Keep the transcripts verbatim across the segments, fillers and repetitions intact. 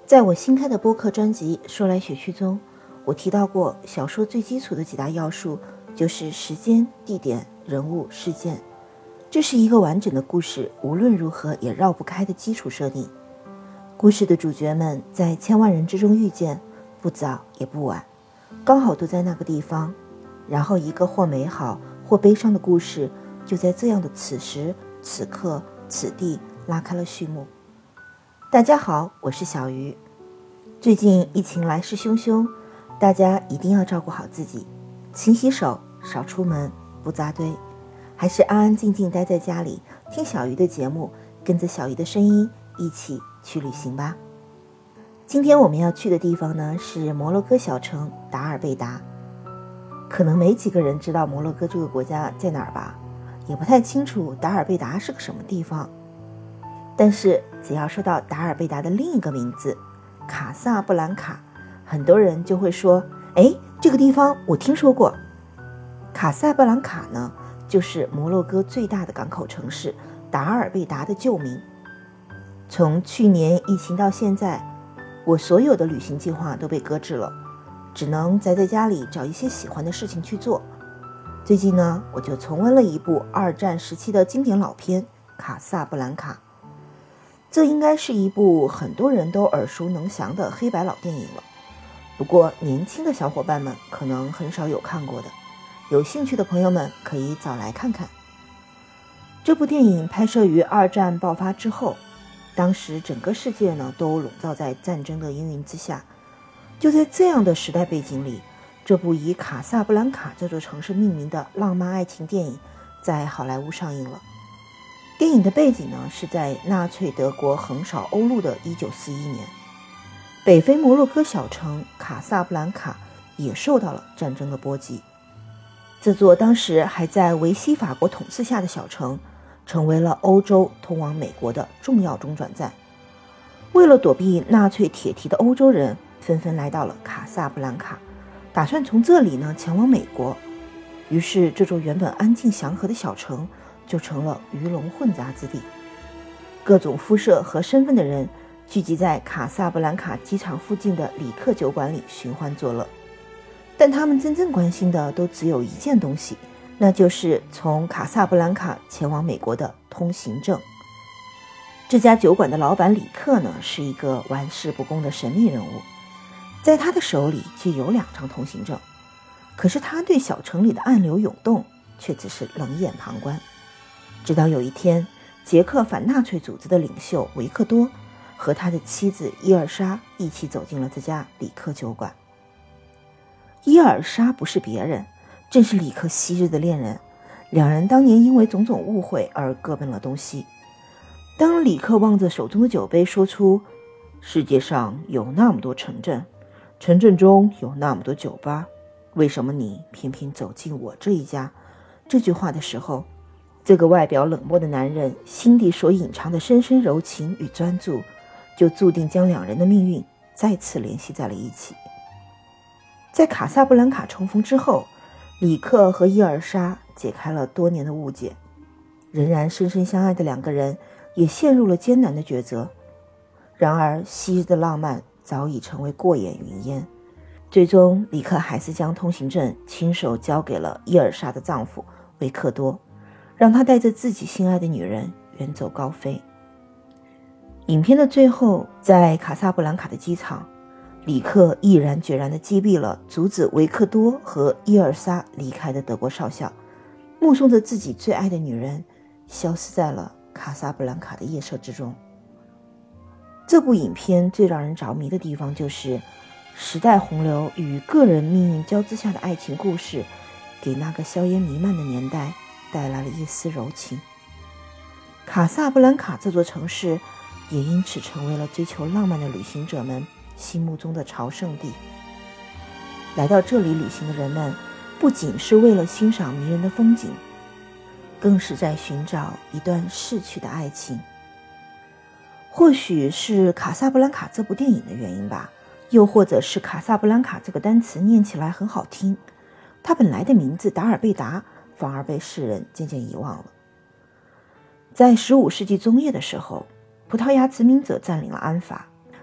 在我新开的播客专辑《说来学去》中，我提到过小说最基础的几大要素就是时间、地点、人物、事件。这是一个完整的故事无论如何也绕不开的基础设定。故事的主角们在千万人之中遇见，不早也不晚，刚好都在那个地方，然后一个或美好或悲伤的故事就在这样的此时此刻此地拉开了序幕。大家好，我是小鱼。最近疫情来势汹汹，大家一定要照顾好自己，勤洗手，少出门，不扎堆，还是安安静静待在家里，听小鱼的节目，跟着小鱼的声音一起去旅行吧。今天我们要去的地方呢，是摩洛哥小城达尔贝达。可能没几个人知道摩洛哥这个国家在哪儿吧，也不太清楚达尔贝达是个什么地方。但是只要说到达尔贝达的另一个名字卡萨布兰卡，很多人就会说，诶，这个地方我听说过。卡萨布兰卡呢，就是摩洛哥最大的港口城市达尔贝达的旧名。从去年疫情到现在，我所有的旅行计划都被搁置了，只能宅在家里找一些喜欢的事情去做。最近呢，我就重温了一部二战时期的经典老片《卡萨布兰卡》。这应该是一部很多人都耳熟能详的黑白老电影了，不过年轻的小伙伴们可能很少有看过的，有兴趣的朋友们可以找来看看。这部电影拍摄于二战爆发之后，当时整个世界呢都笼罩在战争的阴云之下。就在这样的时代背景里，这部以卡萨布兰卡这座城市命名的浪漫爱情电影在好莱坞上映了。电影的背景呢是在纳粹德国横扫欧陆的一九四一年，北非摩洛哥小城卡萨布兰卡也受到了战争的波及。这座当时还在维希法国统治下的小城，成为了欧洲通往美国的重要中转站。为了躲避纳粹铁蹄的欧洲人纷纷来到了卡萨布兰卡，打算从这里呢前往美国。于是这座原本安静祥和的小城就成了鱼龙混杂之地，各种肤色和身份的人聚集在卡萨布兰卡机场附近的里克酒馆里寻欢作乐。但他们真正关心的都只有一件东西，那就是从卡萨布兰卡前往美国的通行证。这家酒馆的老板里克呢，是一个玩世不恭的神秘人物，在他的手里就有两张通行证，可是他对小城里的暗流涌动却只是冷眼旁观。直到有一天，捷克反纳粹组织的领袖维克多和他的妻子伊尔莎一起走进了这家里克酒馆。伊尔莎不是别人，正是里克昔日的恋人，两人当年因为种种误会而各奔了东西。当里克望着手中的酒杯说出世界上有那么多城镇，城镇中有那么多酒吧，为什么你偏偏走进我这一家，这句话的时候，这个外表冷漠的男人心底所隐藏的深深柔情与专注，就注定将两人的命运再次联系在了一起。在卡萨布兰卡重逢之后，里克和伊尔莎解开了多年的误解，仍然深深相爱的两个人也陷入了艰难的抉择。然而昔日的浪漫早已成为过眼云烟，最终里克还是将通行证亲手交给了伊尔莎的丈夫维克多，让他带着自己心爱的女人远走高飞。影片的最后，在卡萨布兰卡的机场，里克毅然决然地击毙了阻止维克多和伊尔莎离开的德国少校，目送着自己最爱的女人消失在了卡萨布兰卡的夜色之中。这部影片最让人着迷的地方就是时代洪流与个人命运交织下的爱情故事，给那个硝烟弥漫的年代带来了一丝柔情。卡萨布兰卡这座城市也因此成为了追求浪漫的旅行者们心目中的朝圣地。来到这里旅行的人们，不仅是为了欣赏迷人的风景，更是在寻找一段逝去的爱情。或许是卡萨布兰卡这部电影的原因吧，又或者是卡萨布兰卡这个单词念起来很好听，它本来的名字达尔贝达反而被世人渐渐遗忘了。在十五世纪中叶的时候，葡萄牙殖民者占领了安法，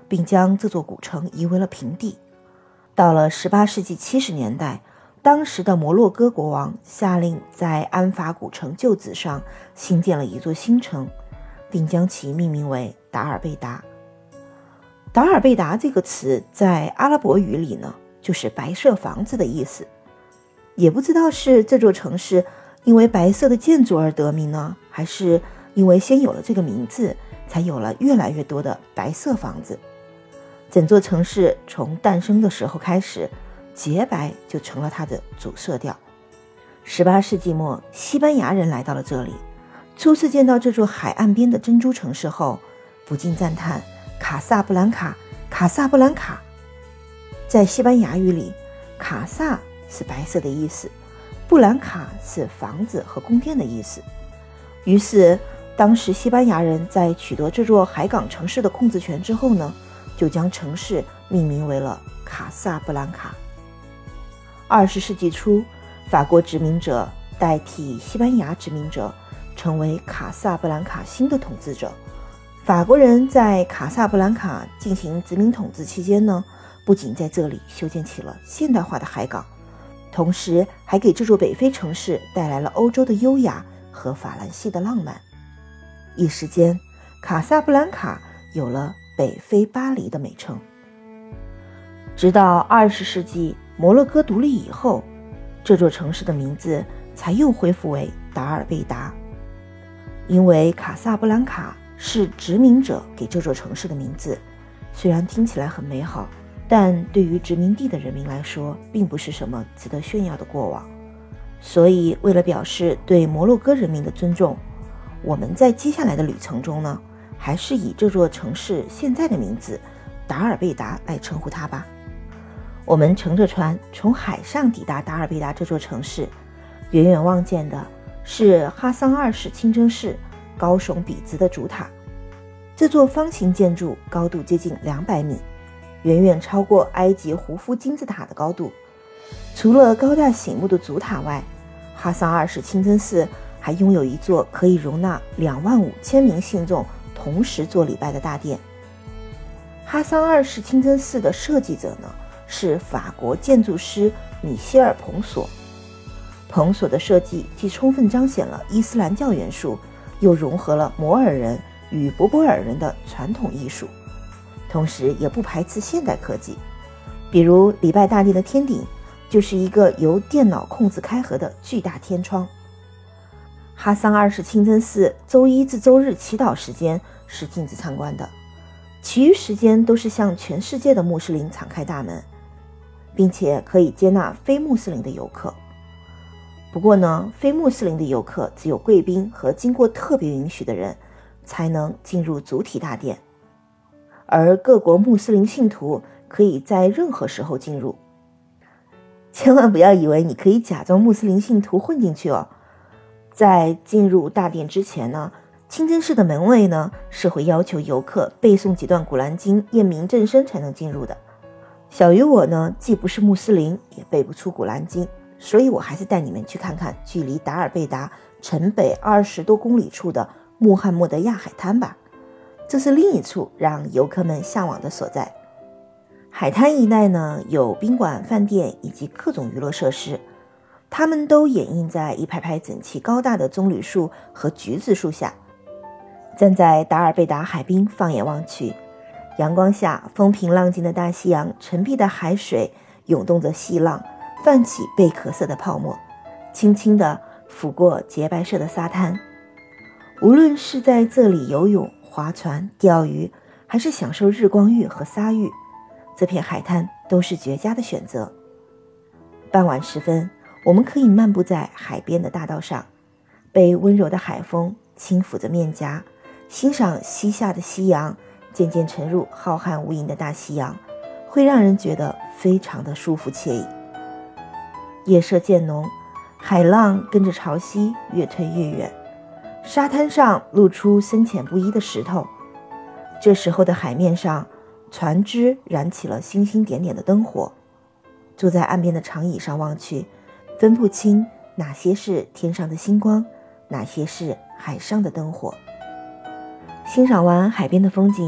并将这座古城夷为了平地。到了十八世纪七十年代，当时的摩洛哥国王下令在安法古城旧址上新建了一座新城，并将其命名为达尔贝达。达尔贝达这个词在阿拉伯语里呢，就是白色房子的意思。也不知道是这座城市因为白色的建筑而得名呢，还是因为先有了这个名字，才有了越来越多的白色房子。整座城市从诞生的时候开始，洁白就成了它的主色调。十八世纪末，西班牙人来到了这里，初次见到这座海岸边的珍珠城市后，不禁赞叹卡萨布兰卡，卡萨布兰卡。在西班牙语里，卡萨是白色的意思，布兰卡是房子和宫殿的意思。于是当时西班牙人在取得这座海港城市的控制权之后呢，就将城市命名为了卡萨布兰卡。二十世纪初，法国殖民者代替西班牙殖民者，成为卡萨布兰卡新的统治者。法国人在卡萨布兰卡进行殖民统治期间呢，不仅在这里修建起了现代化的海港，同时还给这座北非城市带来了欧洲的优雅和法兰西的浪漫。一时间，卡萨布兰卡有了北非巴黎的美称。直到二十世纪摩洛哥独立以后，这座城市的名字才又恢复为达尔贝达。因为卡萨布兰卡是殖民者给这座城市的名字，虽然听起来很美好，但对于殖民地的人民来说，并不是什么值得炫耀的过往。所以为了表示对摩洛哥人民的尊重，我们在接下来的旅程中呢，还是以这座城市现在的名字达尔贝达来称呼它吧。我们乘着船从海上抵达达尔贝达这座城市，远远望见的是哈桑二世清真寺高耸笔直的主塔。这座方形建筑高度接近两百米，远远超过埃及胡夫金字塔的高度。除了高大醒目的主塔外，哈桑二世清真寺还拥有一座可以容纳两万五千名信众同时做礼拜的大殿。哈桑二世清真寺的设计者呢，是法国建筑师米歇尔·彭索。彭索的设计既充分彰显了伊斯兰教元素，又融合了摩尔人与柏柏尔人的传统艺术，同时也不排斥现代科技。比如礼拜大殿的天顶就是一个由电脑控制开合的巨大天窗。哈桑二世清真寺周一至周日祈祷时间是禁止参观的，其余时间都是向全世界的穆斯林敞开大门，并且可以接纳非穆斯林的游客。不过呢，非穆斯林的游客只有贵宾和经过特别允许的人才能进入主体大殿，而各国穆斯林信徒可以在任何时候进入。千万不要以为你可以假装穆斯林信徒混进去哦。在进入大殿之前呢，清真寺的门卫呢是会要求游客背诵几段古兰经验明正身才能进入的。小鱼我呢既不是穆斯林，也背不出古兰经，所以我还是带你们去看看距离达尔贝达城北二十多公里处的穆罕默德亚海滩吧。这是另一处让游客们向往的所在。海滩一带呢，有宾馆、饭店以及各种娱乐设施，它们都掩映在一排排整齐高大的棕榈树和橘子树下。站在达尔贝达海滨放眼望去，阳光下风平浪静的大西洋，澄碧的海水涌动着细浪，泛起贝壳色的泡沫，轻轻地拂过洁白色的沙滩。无论是在这里游泳、划船、钓鱼，还是享受日光浴和沙浴，这片海滩都是绝佳的选择。傍晚时分，我们可以漫步在海边的大道上，被温柔的海风轻抚着面颊，欣赏西下的夕阳渐渐沉入浩瀚无垠的大西洋，会让人觉得非常的舒服惬意。夜色渐浓，海浪跟着潮汐越退越远，沙滩上露出深浅不一的石头。这时候的海面上，船只燃起了星星点点的灯火。坐在岸边的长椅上望去，分不清哪些是天上的星光，哪些是海上的灯火。欣赏完海边的风景，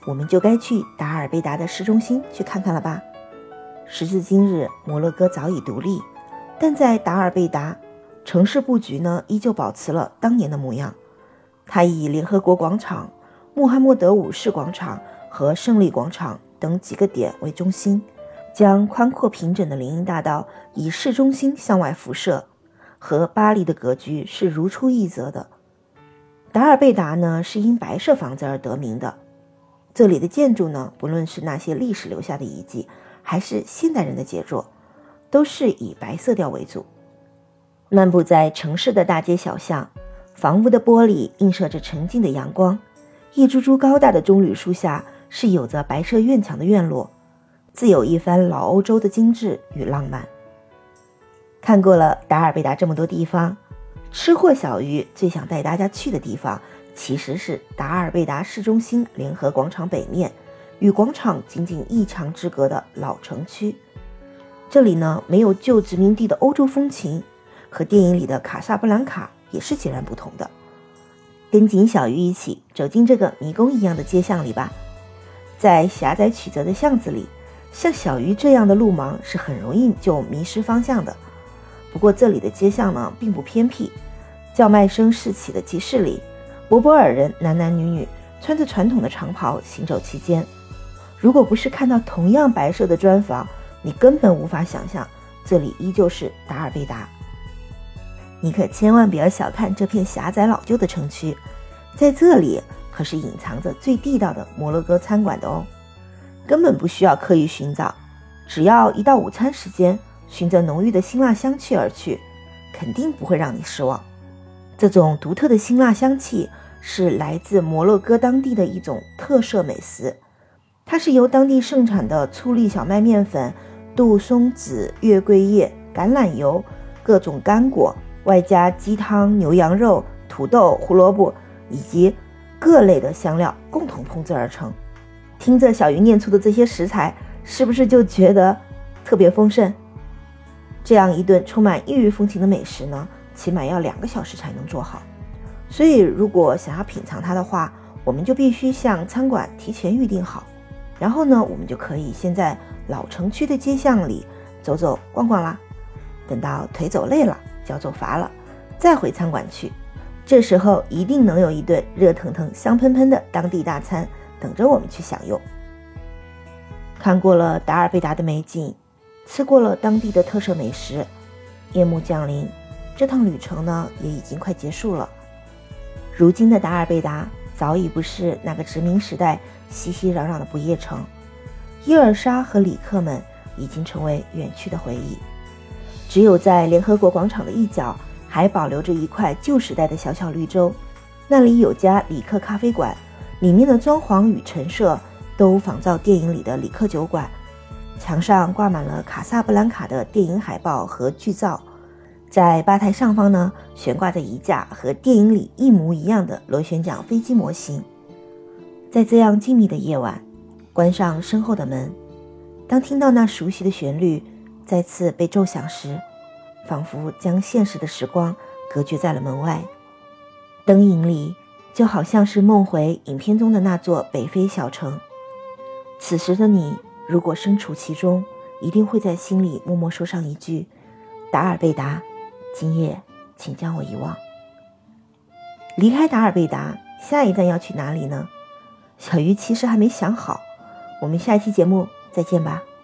我们就该去达尔贝达的市中心去看看了吧。时至今日，摩洛哥早已独立，但在达尔贝达，城市布局呢依旧保持了当年的模样。它以联合国广场、穆罕默德五世广场和胜利广场等几个点为中心，将宽阔平整的林荫大道以市中心向外辐射，和巴黎的格局是如出一辙的。达尔贝达呢是因白色房子而得名的，这里的建筑呢，不论是那些历史留下的遗迹，还是现代人的杰作，都是以白色调为主。漫步在城市的大街小巷，房屋的玻璃映射着沉静的阳光，一株株高大的棕榈树下是有着白色院墙的院落，自有一番老欧洲的精致与浪漫。看过了达尔贝达这么多地方，吃货小鱼最想带大家去的地方其实是达尔贝达市中心联合广场北面与广场仅仅一墙之隔的老城区。这里呢，没有旧殖民地的欧洲风情，和电影里的卡萨布兰卡也是截然不同的。跟紧小鱼一起走进这个迷宫一样的街巷里吧。在狭窄曲折的巷子里，像小鱼这样的路盲是很容易就迷失方向的。不过这里的街巷呢并不偏僻，叫卖声四起的集市里，博博尔人男男女女穿着传统的长袍行走其间。如果不是看到同样白色的砖房，你根本无法想象这里依旧是达尔贝达。你可千万不要小看这片狭窄老旧的城区，在这里可是隐藏着最地道的摩洛哥餐馆的哦，根本不需要刻意寻找，只要一到午餐时间，循着浓郁的辛辣香气而去，肯定不会让你失望。这种独特的辛辣香气是来自摩洛哥当地的一种特色美食，它是由当地盛产的粗粒小麦面粉、杜松子、月桂叶、橄榄油、各种干果，外加鸡汤、牛羊肉、土豆、胡萝卜以及各类的香料共同烹制而成。听着小鱼念出的这些食材，是不是就觉得特别丰盛？这样一顿充满异域风情的美食呢，起码要两个小时才能做好。所以如果想要品尝它的话，我们就必须向餐馆提前预定好。然后呢，我们就可以先在老城区的街巷里走走逛逛啦。等到腿走累了，脚走乏了，再回餐馆去。这时候一定能有一顿热腾腾、香喷喷的当地大餐等着我们去享用。看过了达尔贝达的美景，吃过了当地的特色美食，夜幕降临，这趟旅程呢也已经快结束了。如今的达尔贝达早已不是那个殖民时代熙熙攘攘的不夜城，伊尔莎和里克们已经成为远去的回忆。只有在联合国广场的一角还保留着一块旧时代的小小绿洲，那里有家里克咖啡馆，里面的装潢与陈设都仿照电影里的里克酒馆，墙上挂满了卡萨布兰卡的电影海报和剧照。在吧台上方呢，悬挂着一架和电影里一模一样的螺旋桨飞机模型。在这样静谧的夜晚，关上身后的门，当听到那熟悉的旋律再次被奏响时，仿佛将现实的时光隔绝在了门外。灯影里就好像是梦回影片中的那座北非小城。此时的你如果身处其中，一定会在心里默默说上一句：达尔贝达，今夜请将我遗忘。离开达尔贝达，下一站要去哪里呢？小鱼其实还没想好，我们下一期节目再见吧。